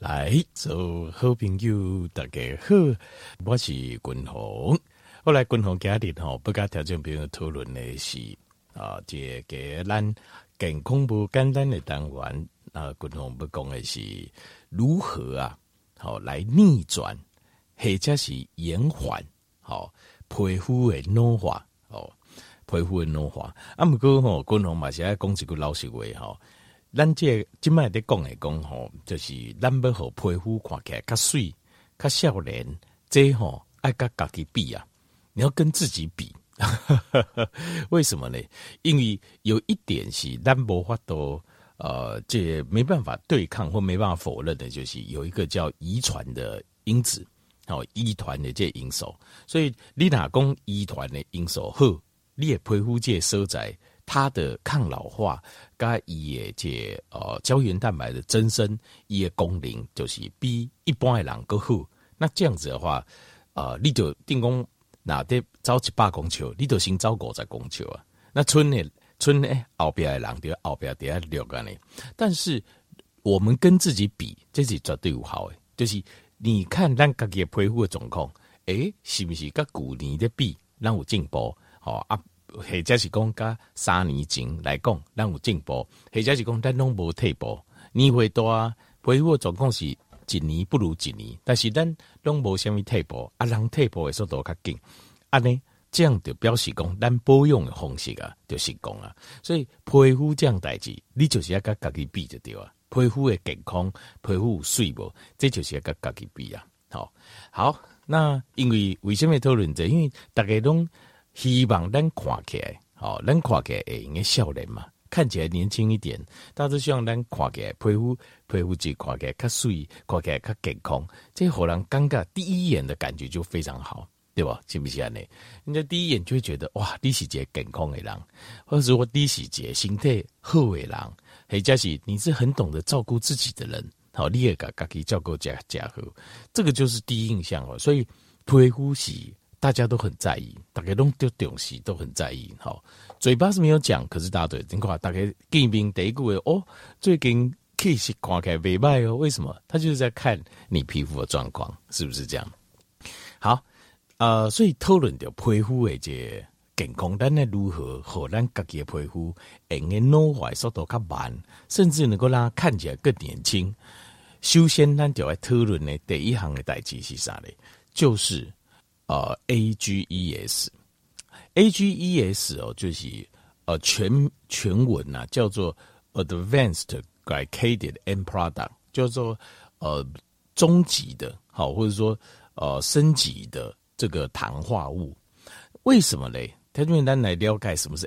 来，做好朋友，大家好，我是君鸿。后来君鸿今日不甲条件朋友讨论的是这个咱健康不简单的单元君鸿要讲的是如何来逆转，或者是延缓皮肤的老化皮肤的老化。不过君鸿嘛是爱讲一句老实话咱这今摆在讲来讲就是咱要互皮肤看起来较水、较少年，这爱甲家己比啊，你要跟自己比。为什么呢？因为有一点是咱无法度这没办法对抗或没办法否认的，就是有一个叫遗传的因子，遗传的这因素。所以你若讲遗传的因素好，你的皮肤这所在，它的抗老化跟伊的这胶原蛋白的增生，伊的功能就是比一般的人更好。那这样子的话，你就定讲哪得走100公尺，你就先走50公尺啊。那村后边的人就后边底下6个呢。但是我们跟自己比，这是绝对有效的。就是你看咱自己的皮肤的状况，是不是跟旧年的比，咱有进步？或者是讲甲3年前来讲，咱有进步；或者是讲咱拢无退步。年岁大，皮肤的状况是一年不如一年，但是咱拢无啥物退步，人退步的速度较紧，呢，这样就表示讲咱保养的方式就成功了。所以皮肤这样代志，你就是要甲家己比就对了。皮肤的健康，皮肤有水无，这就是要甲家己比啊。好，那因为什么讨论这？因为大家拢希望咱看起来，咱看起来会用的少年嘛，看起来年轻一点，大家都希望咱看起来皮肤质看起来较水，看起来较健康，这互人感觉第一眼的感觉就非常好，对吧？是不是这样呢？人家第一眼就会觉得哇，你是一个健康的人，或者说你是一个身体好的人，或者是你是很懂得照顾自己的人，你也自己照顾家好，这个就是第一印象哦。所以皮肤是大家都很在意，大家都重视，都很在意。嘴巴是没有讲，可是大家对，你看大家见面第一句话最近气色看起来不错哦，为什么？他就是在看你皮肤的状况，是不是这样？好，所以讨论到皮肤的这健康，咱呢如何和咱自己的皮肤用的老化速度较慢，甚至能够让它看起来更年轻。首先，咱就来讨论的第一项的代志是啥呢？就是AGES 就是全文叫做 Advanced Glycated End Product， 叫做终极的或者说升级的这个糖化物。为什么嘞？它因为咱来了解什么是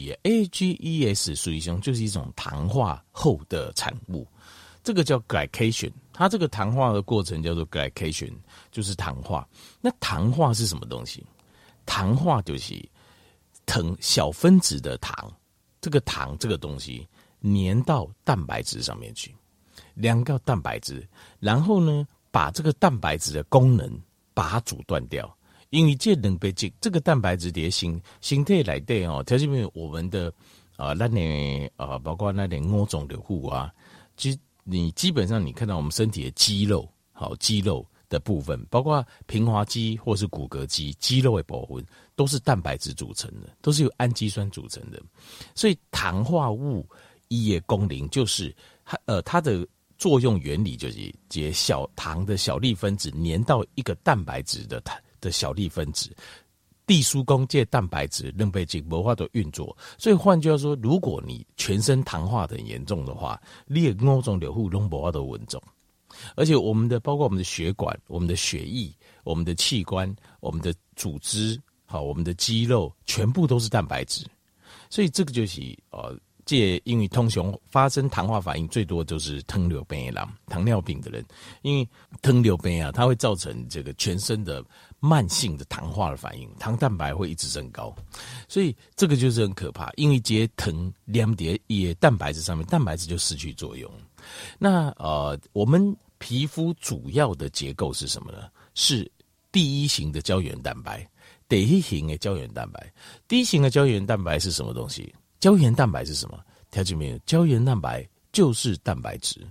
AGES 属于就是一种糖化后的产物，这个叫 glycation， 它这个糖化的过程叫做 glycation， 就是糖化。那糖化是什么东西？糖化就是小分子的糖，这个糖这个东西粘到蛋白质上面去，两个蛋白质，然后呢把这个蛋白质的功能把它阻断掉。因为这两倍这个蛋白质的形态来对它是因为我们的咱的包括那点五种流hul其实你基本上你看到我们身体的肌肉的部分，包括平滑肌或是骨骼肌，肌肉的部分都是蛋白质组成的，都是由氨基酸组成的。所以糖化物一的功能就是它的作用原理就是解小糖的小粒分子粘到一个蛋白质的小粒分子，地疏公这蛋白质能被这无法度运作。所以换句话说，如果你全身糖化的很严重的话，你的五种流hul都无法度运作。而且包括我们的血管、我们的血液、我们的器官、我们的组织、我们的肌肉，全部都是蛋白质。所以这个就是因为通常发生糖化反应最多就是糖尿病的人，糖尿病的人，因为糖尿病它会造成这个全身的慢性的糖化的反应，糖蛋白会一直升高，所以这个就是很可怕。因为这些糖粘在蛋白质上面，蛋白质就失去作用。那我们皮肤主要的结构是什么呢？是第一型的胶原蛋白，第一型的胶原蛋白。第一型的胶原蛋白是什么东西？胶原蛋白是什么？条件没有，胶原蛋白就是蛋白质，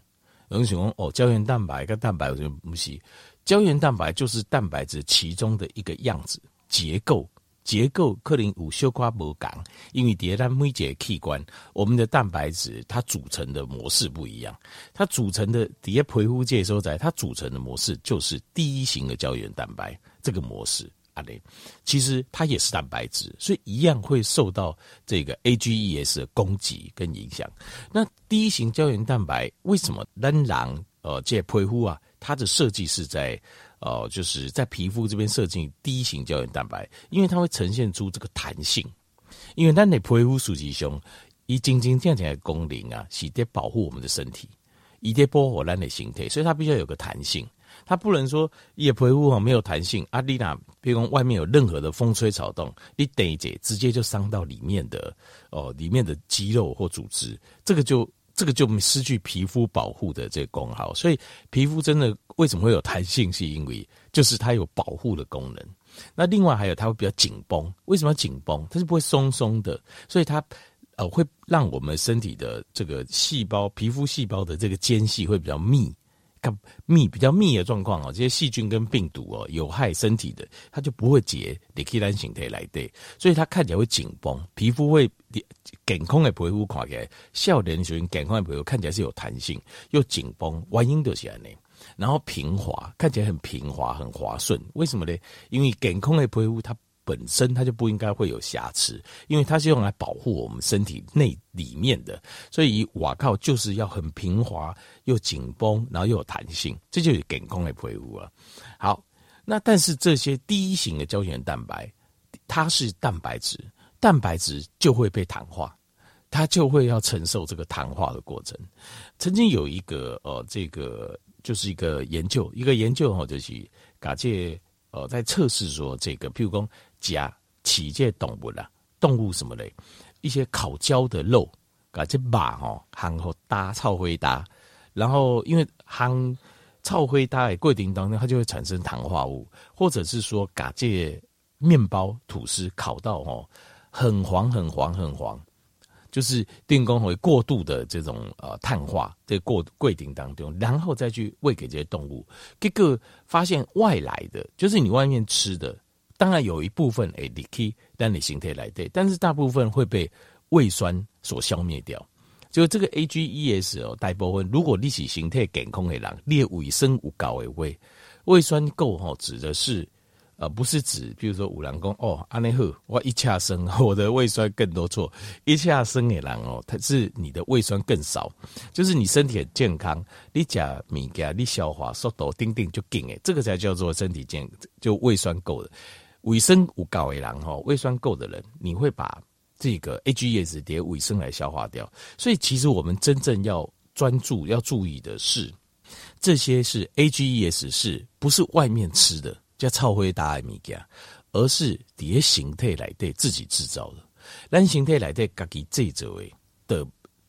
有人想说哦，胶原蛋白跟蛋白，我觉得不是，胶原蛋白就是蛋白质其中的一个样子结构可能有小可不同，因为在咱每一个器官，我们的蛋白质它组成的模式不一样，它组成的在皮肤界所在，它组成的模式就是第一型的胶原蛋白这个模式。其实它也是蛋白质，所以一样会受到这个 AGEs 的攻击跟影响。那第一型胶原蛋白为什么咱人这皮肤啊，它的设计是在就是在皮肤这边设计第一型胶原蛋白，因为它会呈现出这个弹性。因为咱的皮肤实际上，它真正这样的功能啊，是在保护我们的身体，它在保护咱的形态，所以它必须要有个弹性。它不能说也皮肤没有弹性啊，你那比如说外面有任何的风吹草动，你等一下直接就伤到里面的肌肉或组织，这个就失去皮肤保护的这个功效。所以皮肤真的为什么会有弹性，是因为就是它有保护的功能。那另外还有它会比较紧绷，为什么要紧绷？它是不会松松的，所以它会让我们身体的这个细胞皮肤细胞的这个间隙会比较比较密的状况这些细菌跟病毒有害身体的，它就不会结入去咱身体内底，所以它看起来会紧绷，皮肤会健康的皮肤看起来，少年时健康的皮肤看起来是有弹性又紧绷，原因就是这样。然后平滑，看起来很平滑很滑顺，为什么呢？因为健康的皮肤它本身它就不应该会有瑕疵，因为它是用来保护我们身体里面的，所以外靠就是要很平滑又紧绷，然后又有弹性，这就是健康的皮肤啊。好，那但是这些第一型的胶原蛋白，它是蛋白质，蛋白质就会被糖化，它就会要承受这个糖化的过程。曾经有一个这个就是一个研究就是把这在测试说这个，譬如说吃这动物啦，动物什么嘞？一些烤焦的肉，把这肉烘好搭臭灰搭，然后因为烘臭灰搭的过程当中，它就会产生糖化物，或者是说把这面包吐司烤到很黄，就是电工会过度的这种碳化，这过程当中，然后再去喂给这些动物，结果发现外来的，就是你外面吃的，当然有一部分会入去咱的身体内底，但是大部分会被胃酸所消灭掉。就这个 AGEs 大部分，如果你是身体健康的人，你的胃酸有够的话，胃酸够指的是不是指，比如说有人说安尼好，我一下生，我的胃酸更多错，一下生的人它是你的胃酸更少，就是你身体很健康，你吃物件你消化速度定就紧的，这个才叫做身体健，就胃酸够的。胃酸有够的人胃酸够的人，你会把这个 AGEs 叠胃酸来消化掉。所以其实我们真正要专注要注意的是，这些是 AGEs 是不是外面吃的叫臭灰搭的物件，而是在形态内底自己制造的。咱形态内底自己制造的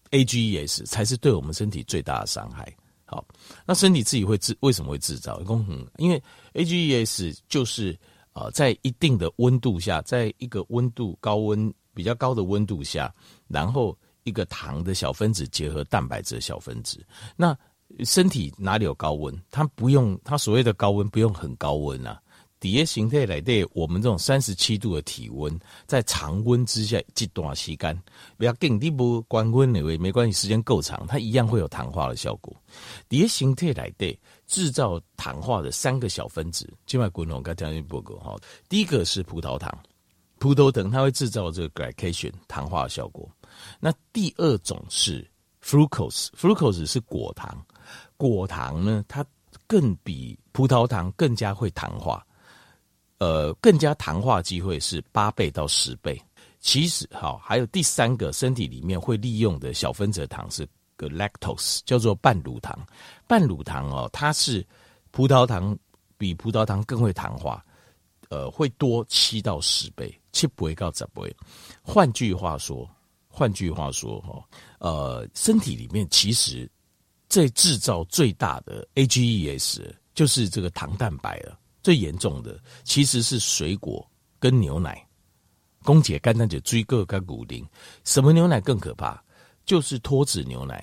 AGEs 才是对我们身体最大的伤害。好，那身体自己为什么会制造？因为 AGEs 就是在一定的温度下，在一个比较高的温度下，然后一个糖的小分子结合蛋白质的小分子，那身体哪里有高温？它所谓的高温不用很高温啊。底下形态来对我们这种37度的体温，在常温之下这段时间，不要紧，你不关温的没关系，时间够长，它一样会有糖化的效果。底下形态来对制造糖化的3个小分子，今晚滚龙跟条件报告哈。第一个是葡萄糖它会制造这个 glycation 糖化的效果。那第二种是 fructose 是果糖呢，它更比葡萄糖更加会糖化，更加糖化机会是8倍到10倍。其实还有第3个身体里面会利用的小分子的糖是个 lactose， 叫做半乳糖。半乳糖它是比葡萄糖更会糖化，会多7到10倍，7倍到10倍。换句话说身体里面其实在制造最大的 AGEs 就是这个糖蛋白了。最严重的其实是水果跟牛奶，公姐干单就追个跟骨龄。什么牛奶更可怕？就是脱脂牛奶，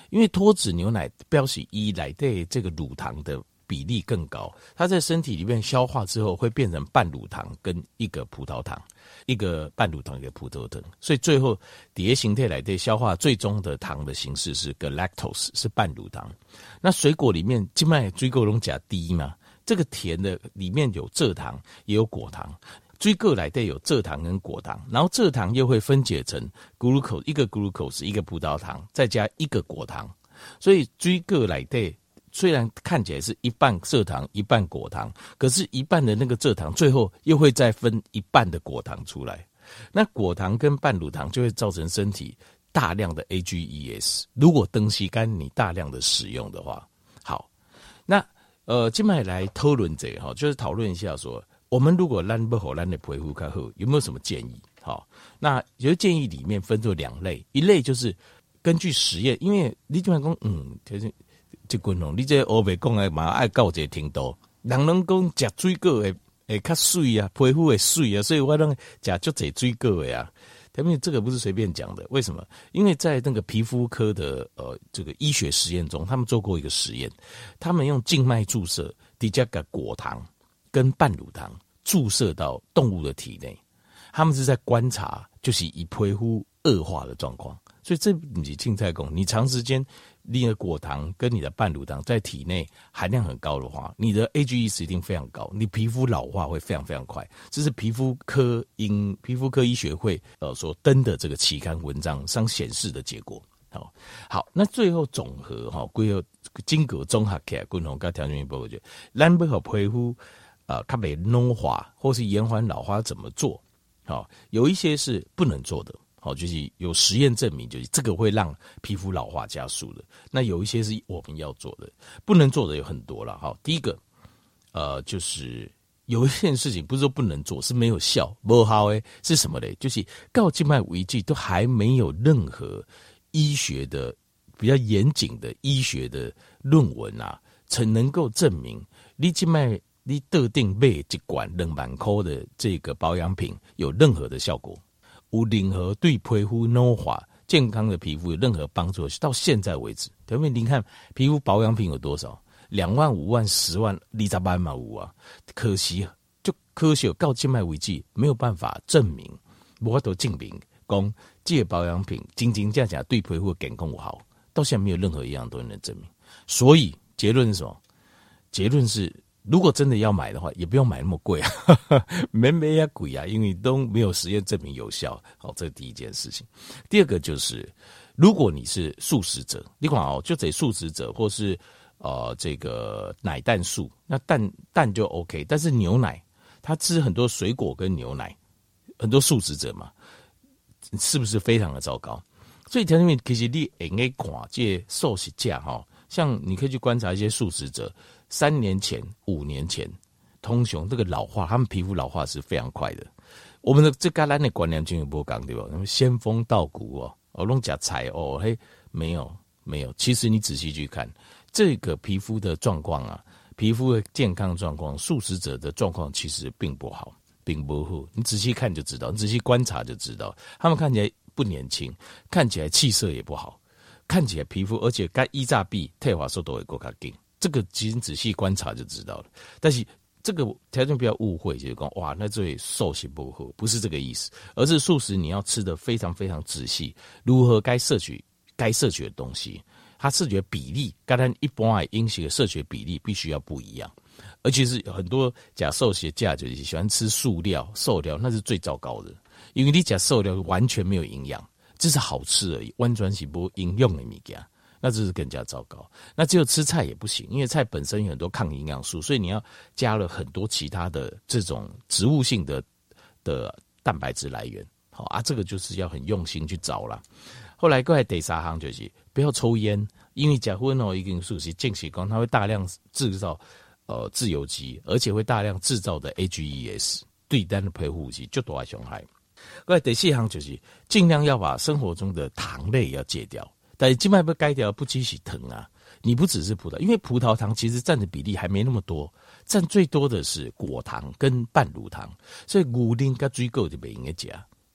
因为脱脂牛奶标示一来对这个乳糖的比例更高，它在身体里面消化之后会变成半乳糖跟一个葡萄糖，一个半乳糖一个葡萄糖，所以最后底下形态来对消化最终的糖的形式是个 lactose 是半乳糖。那水果里面静脉水果中甲低嘛，这个甜的里面有蔗糖也有果糖，水果来对有蔗糖跟果糖，然后蔗糖又会分解成 glucose 一个 glucose 一个葡萄糖再加一个果糖，所以水果来对虽然看起来是一半蔗糖一半果糖，可是一半的那个蔗糖最后又会再分一半的果糖出来，那果糖跟半乳糖就会造成身体大量的 AGEs， 如果长时间你大量的使用的话。好，那今天来讨论这个，就是讨论一下说，我们如果咱不好咱的皮肤较好，有没有什么建议？好，那有建议里面分作两类，一类就是根据实验，因为你就讲就是这群你这欧美讲的嘛爱到一个程度，人拢讲吃水果会较水啊，皮肤会水啊，所以我拢吃足侪水果的啊。他们这个不是随便讲的，为什么？因为在那个皮肤科的这个医学实验中，他们做过一个实验，他们用静脉注射底下个果糖跟半乳糖注射到动物的体内，他们是在观察就是以皮肤恶化的状况。所以这不是青菜讲，你长时间你的果糖跟你的半乳糖在体内含量很高的话，你的 AGE 一定非常高，你皮肤老化会非常非常快。这是皮肤科医学会所登的这个期刊文章上显示的结果。好，那最后总和归后经过综合起来，共同跟条件报告就，咱要和皮肤较袂老化或是延缓老化怎么做？有一些是不能做的。好，就是有实验证明，就是这个会让皮肤老化加速的。那有一些是我们要做的，不能做的有很多了。好，第一个，就是有一件事情不是说不能做，是没有效，不好是什么嘞？就是到静脉维剂都还没有任何医学的比较严谨的医学的论文啊，才能够证明你静脉你特定买一罐2万块的这个保养品有任何的效果。有任何对皮肤老化健康的皮肤有任何帮助？到现在为止，特别您看皮肤保养品有多少？2万、5万、10万、20万嘛有啊。可惜就科学到静脉维剂没有办法证明，无法度证明讲这个保养品真真正正对皮肤的健康有好，到现在没有任何一样都能证明。所以结论是什么？结论是，如果真的要买的话，也不用买那么贵啊，没那贵啊，因为都没有实验证明有效。好，这是第一件事情。第二个就是，如果你是素食者，你看就得素食者或是这个奶蛋素，那蛋就 OK， 但是牛奶，他吃很多水果跟牛奶，很多素食者嘛，是不是非常的糟糕？所以条件其实你应该看这素食者哈，像你可以去观察一些素食者。3年前、5年前，通常这个老化，他们皮肤老化是非常快的。我们的这个咱的观念就有不讲对吧？仙风道骨弄假菜没有。其实你仔细去看，这个皮肤的状况啊，皮肤的健康状况，素食者的状况其实并不好，并不好。你仔细看就知道，你仔细观察就知道，他们看起来不年轻，看起来气色也不好，看起来皮肤，而且该一炸臂退化速度会更加快。这个其实仔细观察就知道了，但是这个条件不要误会，就是说哇，那这瘦是不好，不是这个意思，而是素食你要吃得非常非常仔细，如何该摄取的东西，它摄取的比例，跟咱一般的饮食的摄取的比例必须要不一样，而且是很多假素食者就是喜欢吃塑料，那是最糟糕的，因为你假塑料完全没有营养，只是好吃而已，完全是没营养的物件。那这是更加糟糕。那只有吃菜也不行，因为菜本身有很多抗营养素，所以你要加了很多其他的这种植物性的蛋白质来源。好啊，这个就是要很用心去找啦。后来过来第三行就是不要抽烟，因为甲酚已经属是进食光，它会大量制造自由基，而且会大量制造的 AGEs， 对咱的皮肤是最大的伤害。过来第四行就是尽量要把生活中的糖类要戒掉。但是静脉不该掉不只是糖啊，你不只是葡萄，因为葡萄糖其实占的比例还没那么多，占最多的是果糖跟半乳糖，所以牛奶跟水果就不应该吃。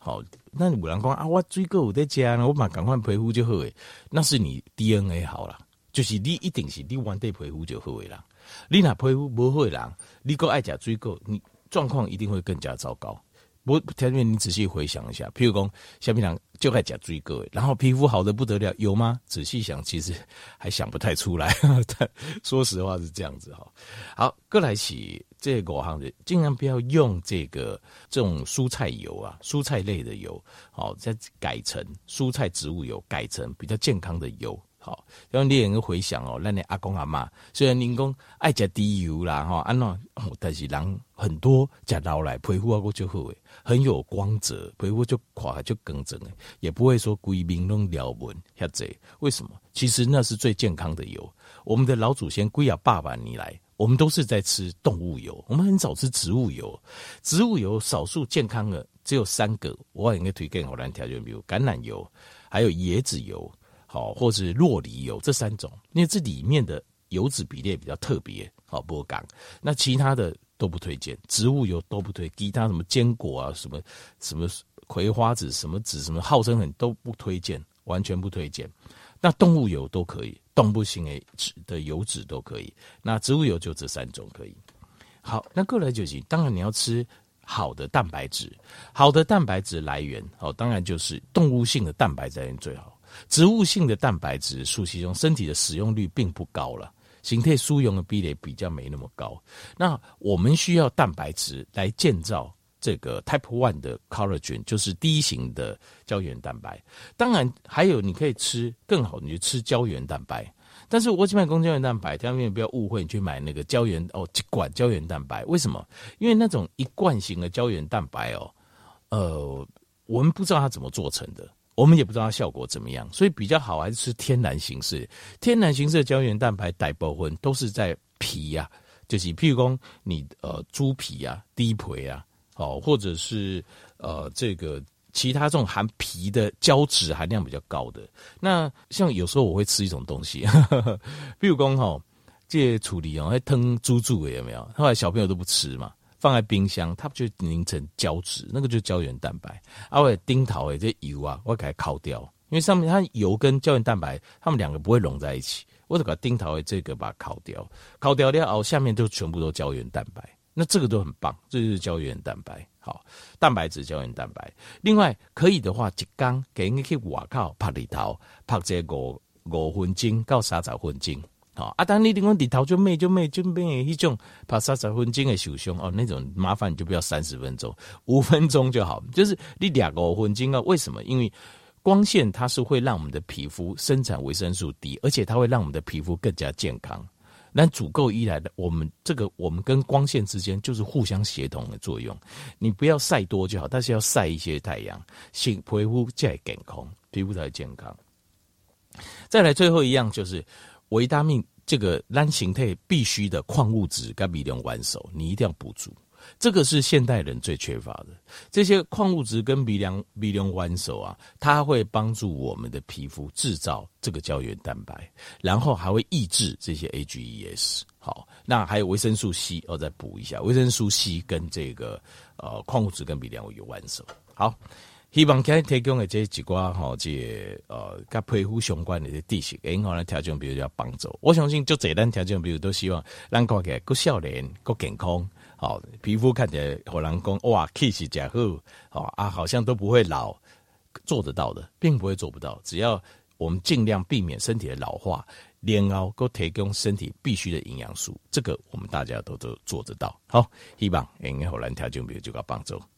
好，那有人讲啊，我水果有在吃呢，我嘛赶快皮肤就好诶，那是你 DNA 好啦，就是你一定是你原地皮肤就好诶啦。你若皮肤不好诶人，你够爱吃水果，你状况一定会更加糟糕。我条件你仔细回想一下，譬如讲，下面人就爱吃水果，然后皮肤好的不得了，有吗？仔细想，其实还想不太出来。但说实话是这样子哈。好，过来起这5项的，尽量不要用这种蔬菜油啊，蔬菜类的油，好，再改成蔬菜植物油，改成比较健康的油。好，然后你也能回想哦，咱的阿公阿嬷，虽然您讲爱吃低油啦，哈，安怎，但是人很多吃老来皮肤啊就好诶，很有光泽，皮肤就垮就更正诶，也不会说规面拢撩纹遐济。为什么？其实那是最健康的油。我们的老祖先几啊百万年来，我们都是在吃动物油，我们很少吃植物油。植物油少数健康的只有3个，我应该推荐给咱条件，比如橄榄油，还有椰子油。好，或者酪梨油这3种，因为这里面的油脂比例比较特别，好不讲。那其他的都不推荐，植物油都不推，其他什么坚果啊，什么葵花籽、什么籽、什么号称很都不推荐，完全不推荐。那动物油都可以，动物性的油脂都可以。那植物油就这3种可以。好，那过来就是当然你要吃好的蛋白质，好的蛋白质来源，好，当然就是动物性的蛋白质来源最好。植物性的蛋白质素其中身体的使用率并不高了，形态输用的比例比较没那么高。那我们需要蛋白质来建造这个 Type 1的 collagen， 就是第1型的胶原蛋白。当然还有你可以吃更好，你就吃胶原蛋白。但是我去买公胶原蛋白，他们不要误会，你去买那个一罐胶原蛋白。为什么？因为那种一罐型的胶原蛋白我们不知道它怎么做成的。我们也不知道它效果怎么样，所以比较好还是吃天然形式。天然形式的胶原蛋白大部分都是在皮啊，就是譬如说你猪皮啊、低皮啊，或者是这个其他这种含皮的胶质含量比较高的。那像有时候我会吃一种东西，譬如说这处理还汤猪的有没有？后来小朋友都不吃嘛。放在冰箱，它就凝成胶质，那个就是胶原蛋白。我丁桃的这油啊，我给它烤掉，因为上面它油跟胶原蛋白，它们2个不会融在一起，我就把丁桃的这个把它烤掉，烤掉了下面就全部都胶原蛋白，那这个都很棒，这就是胶原蛋白。好，蛋白质胶原蛋白。另外可以的话，一天给人去外口拍里头，拍这5分钟到30分钟。好当你讲里头就咩迄种拍30分钟的受伤那种麻烦你就不要30分钟，5分钟就好。就是你2个5分钟啊，为什么？因为光线它是会让我们的皮肤生产维生素 D， 而且它会让我们的皮肤更加健康。那足够依赖的，我们跟光线之间就是互相协同的作用。你不要晒多就好，但是要晒一些太阳，皮肤才会健康，皮肤才会健康。再来最后一样就是维他命，这个咱形态必须的矿物质跟微量元素，你一定要补足。这个是现代人最缺乏的。这些矿物质跟微量元素啊，它会帮助我们的皮肤制造这个胶原蛋白，然后还会抑制这些 AGEs。好，那还有维生素 C， 再补一下维生素 C 跟这个矿物质跟微量元素。好。希望今日提供的这几寡跟皮肤相关的知识，会让咱听众朋友有帮助。我相信就这咱听众朋友都希望咱看起来更少年、更健康，好皮肤看起来让人讲哇气势真好，好像都不会老，做得到的，并不会做不到。只要我们尽量避免身体的老化，然后够提供身体必须的营养素，这个我们大家都做得到。好，希望会让咱听众朋友有帮助。